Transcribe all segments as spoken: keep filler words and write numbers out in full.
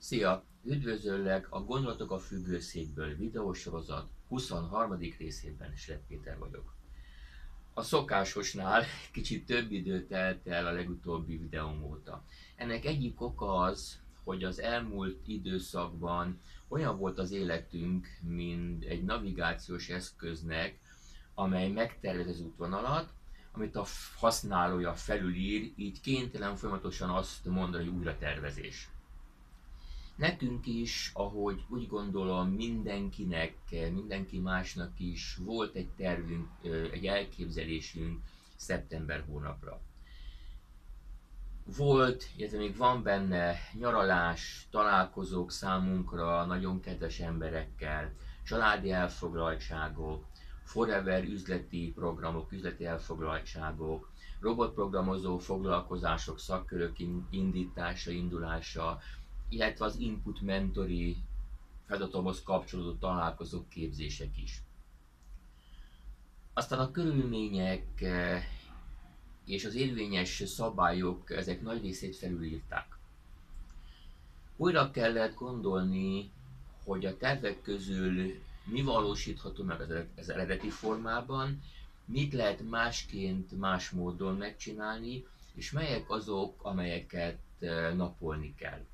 Szia! Üdvözöllek a Gondolatok a függőszékből videósorozat huszonharmadik részében. Slep Péter vagyok. A szokásosnál kicsit több idő telt el a legutóbbi videóm óta. Ennek egyik oka az, hogy az elmúlt időszakban olyan volt az életünk, mint egy navigációs eszköznek, amely megtervez az útvonalat, amit a használója felülír, így kénytelen folyamatosan azt mondani, hogy újra tervezés. Nekünk is, ahogy úgy gondolom mindenkinek, mindenki másnak is volt egy tervünk, egy elképzelésünk szeptember hónapra. Volt, illetve még van benne nyaralás, találkozók számunkra nagyon kedves emberekkel, családi elfoglaltságok, forever üzleti programok, üzleti elfoglaltságok, robotprogramozó foglalkozások, szakkörök indítása, indulása, illetve az input mentori feladatomhoz kapcsolódó találkozók, képzések is. Aztán a körülmények és az érvényes szabályok ezek nagy részét felülírták. Újra kellett gondolni, hogy a tervek közül mi valósítható meg az eredeti formában, mit lehet másként, más módon megcsinálni, és melyek azok, amelyeket napolni kell.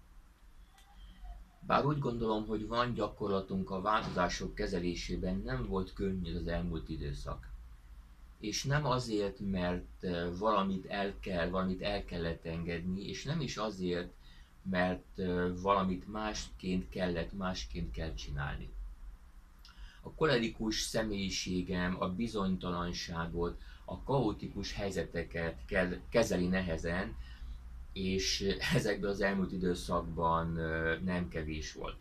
Bár úgy gondolom, hogy van gyakorlatunk a változások kezelésében, nem volt könnyű az elmúlt időszak. És nem azért, mert valamit el kell, valamit el kellett engedni, és nem is azért, mert valamit másként kellett, másként kell csinálni. A kolerikus személyiségem a bizonytalanságot, a kaotikus helyzeteket kell kezeli nehezen, és ezekben az elmúlt időszakban nem kevés volt.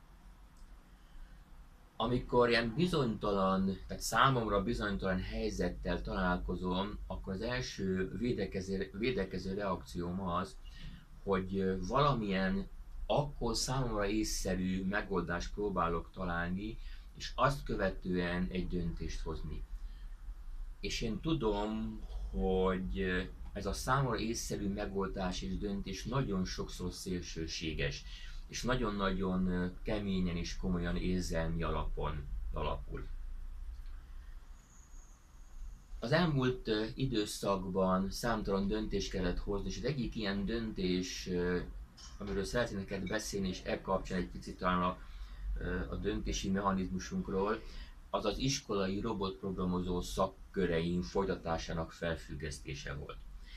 Amikor ilyen bizonytalan, tehát számomra bizonytalan helyzettel találkozom, akkor az első védekező, védekező reakcióm az, hogy valamilyen akkor számomra észszerű megoldást próbálok találni, és azt követően egy döntést hozni. És én tudom, hogy ez a számomra észszerű megoldás és döntés nagyon sokszor szélsőséges, és nagyon-nagyon keményen és komolyan érzelmi alapon alapul. Az elmúlt időszakban számtalan döntést kellett hozni, és az egyik ilyen döntés, amiről szeretnék neked beszélni, és e kapcsán egy picit talán a, a döntési mechanizmusunkról, az az iskolai robotprogramozó szakköreim folytatásának felfüggesztése volt.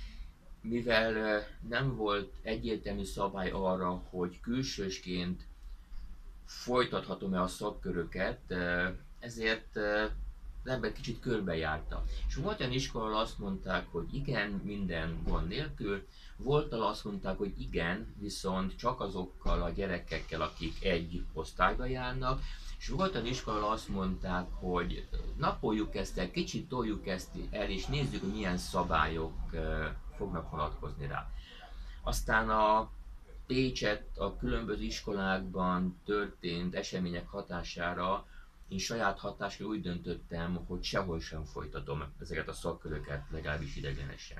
Mivel nem volt egyértelmű szabály arra, hogy külsősként folytathatom-e a szakköröket, ezért az ember kicsit körbejárta. És volt olyan iskola, ahol azt mondták, hogy igen, minden gond nélkül, volt, ahol azt mondták, hogy igen, viszont csak azokkal a gyerekekkel, akik egy osztályba járnak, és volt olyan iskola, ahol azt mondták, hogy napoljuk ezt el, kicsit toljuk ezt el, és nézzük, hogy milyen szabályok fognak vonatkozni rá. Aztán a Pécset a különböző iskolákban történt események hatására én saját hatáskör úgy döntöttem, hogy sehol sem folytatom ezeket a szakköröket, legalábbis idegenesen.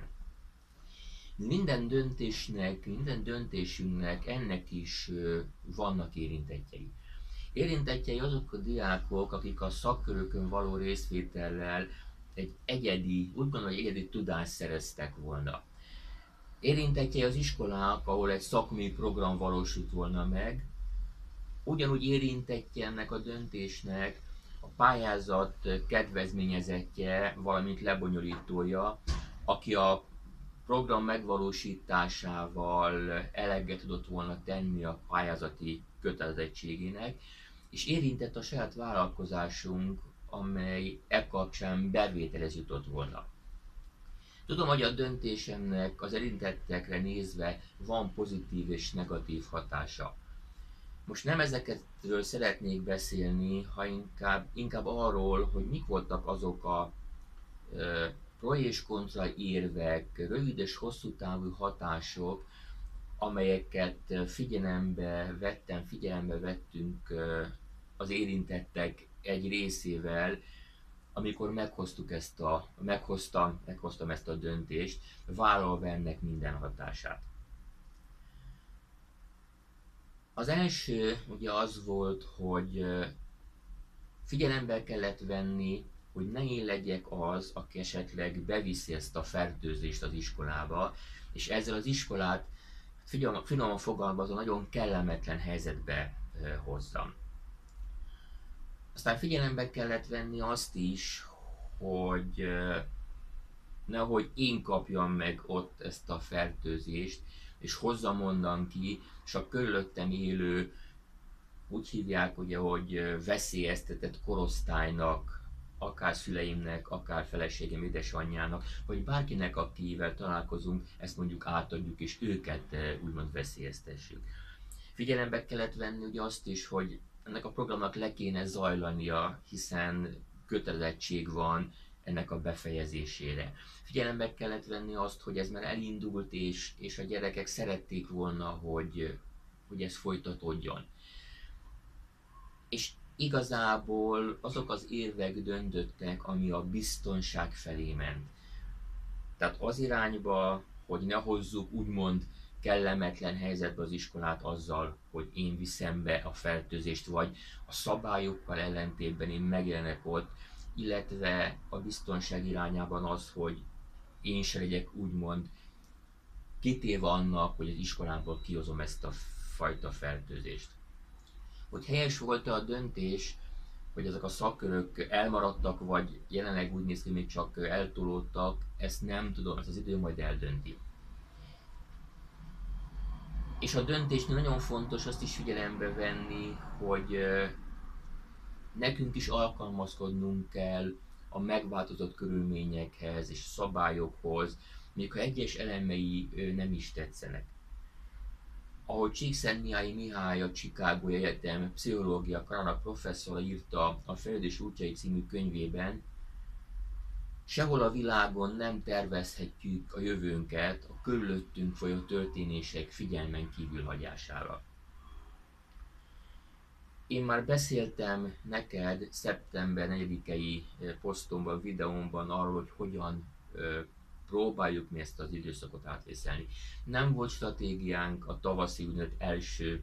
Minden döntésnek, minden döntésünknek ennek is vannak érintettjei. Érintettjei azok a diákok, akik a szakkörökön való részvétellel egy egyedi, úgy gondolom, hogy egyedi tudást szereztek volna. Érintettjei az iskolák, ahol egy szakmai program valósult volna meg. Ugyanúgy érintettje ennek a döntésnek a pályázat kedvezményezettje, valamint lebonyolítója, aki a program megvalósításával eleget tudott volna tenni a pályázati kötelezettségének, és érintett a saját vállalkozásunk, amely e kapcsán bevételhez jutott volna. Tudom, hogy a döntésemnek az érintettekre nézve van pozitív és negatív hatása. Most nem ezekről szeretnék beszélni, ha inkább, inkább arról, hogy mik voltak azok a e, pro és kontra érvek, rövid és hosszú távú hatások, amelyeket figyelembe vettem, figyelembe vettünk e, az érintettek egy részével, amikor meghoztuk ezt a, meghoztam, meghoztam ezt a döntést, vállalva ennek minden hatását. Az első ugye az volt, hogy figyelembe kellett venni, hogy ne én legyek az, aki esetleg beviszi ezt a fertőzést az iskolába, és ezzel az iskolát finoman, finoman fogalmazva nagyon kellemetlen helyzetbe hozzam. Aztán figyelembe kellett venni azt is, hogy nehogy én kapjam meg ott ezt a fertőzést, és hozzam onnan ki, és a körülöttem élő, úgy hívják ugye, hogy veszélyeztetett korosztálynak, akár szüleimnek, akár feleségem édesanyjának, vagy bárkinek, akivel találkozunk, ezt mondjuk átadjuk, és őket úgymond veszélyeztessük. Figyelembe kellett venni ugye azt is, hogy ennek a programnak le kéne zajlania, hiszen kötelezettség van ennek a befejezésére. Figyelembe kellett venni azt, hogy ez már elindult, és, és a gyerekek szerették volna, hogy, hogy ez folytatódjon. És igazából azok az érvek döntöttek, ami a biztonság felé ment. Tehát az irányba, hogy ne hozzuk úgymond kellemetlen helyzetbe az iskolát azzal, hogy én viszem be a fertőzést, vagy a szabályokkal ellentétben én megjelenek ott, illetve a biztonság irányában az, hogy én se legyek úgymond kitéve annak, hogy az iskolából kihozom ezt a fajta fertőzést. Hogy helyes volt-e a döntés, hogy ezek a szakkörök elmaradtak, vagy jelenleg úgy néz ki, még csak eltolódtak, ezt nem tudom, ezt az idő majd eldönti. És a döntésnél nagyon fontos azt is figyelembe venni, hogy nekünk is alkalmazkodnunk kell a megváltozott körülményekhez és szabályokhoz, még ha egyes elemei nem is tetszenek. Ahogy Csíkszentmihalyi Mihály, a Chicagói Egyetem pszichológia karának professzora írta a Fejlődés útjai című könyvében, sehol a világon nem tervezhetjük a jövőnket a körülöttünk folyó történések figyelmen kívül hagyására. Én már beszéltem neked szeptember negyedikei posztomban, videómban arról, hogy hogyan ö, próbáljuk mi ezt az időszakot átvészelni. Nem volt stratégiánk a tavaszi úgynevezett első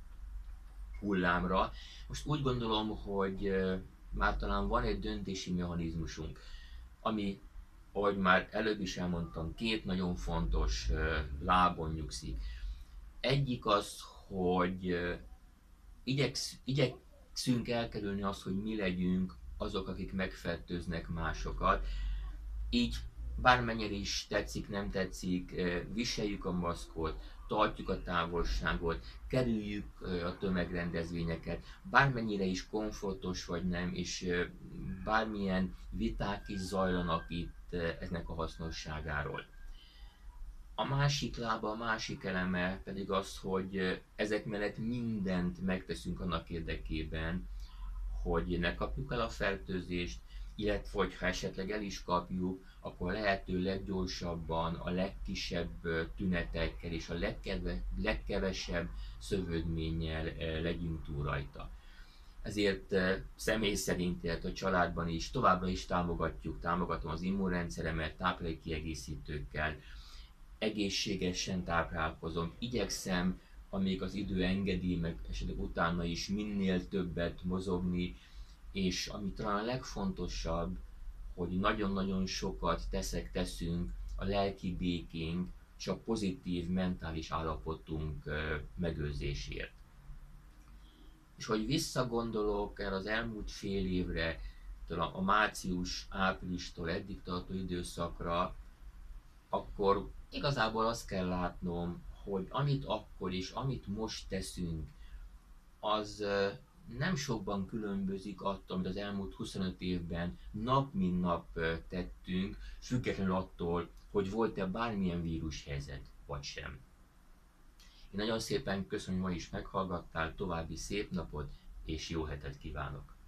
hullámra. Most úgy gondolom, hogy ö, már talán van egy döntési mechanizmusunk, ami, ahogy már előbb is elmondtam, két nagyon fontos ö, lábon nyugszik. Egyik az, hogy ö, Igyeksz, igyekszünk elkerülni azt, hogy mi legyünk azok, akik megfertőznek másokat. Így bármennyire is tetszik, nem tetszik, viseljük a maszkot, tartjuk a távolságot, kerüljük a tömegrendezvényeket, bármennyire is komfortos vagy nem, és bármilyen viták is zajlanak itt eznek a hasznosságáról. A másik lába, a másik eleme pedig az, hogy ezek mellett mindent megteszünk annak érdekében, hogy ne kapjuk el a fertőzést, illetve hogyha esetleg el is kapjuk, akkor lehető leggyorsabban, a legkisebb tünetekkel és a legkedve, legkevesebb szövődménnyel legyünk túl rajta. Ezért személy szerint, illetve a családban is továbbra is támogatjuk, támogatom az immunrendszeremet táplálékkiegészítőkkel, egészségesen táplálkozom, igyekszem, amíg az idő engedi, meg esetleg utána is minél többet mozogni, és ami talán a legfontosabb, hogy nagyon-nagyon sokat teszek, teszünk a lelki békénk és a pozitív mentális állapotunk megőrzésért. És hogy visszagondolok erre az elmúlt fél évre, talán a március-áprilistól eddig tartó időszakra, akkor igazából azt kell látnom, hogy amit akkor és amit most teszünk, az nem sokban különbözik attól, amit az elmúlt huszonöt évben nap mint nap tettünk, függetlenül attól, hogy volt-e bármilyen vírushelyzet, vagy sem. Én nagyon szépen köszönöm, hogy ma is meghallgattál, további szép napot és jó hetet kívánok!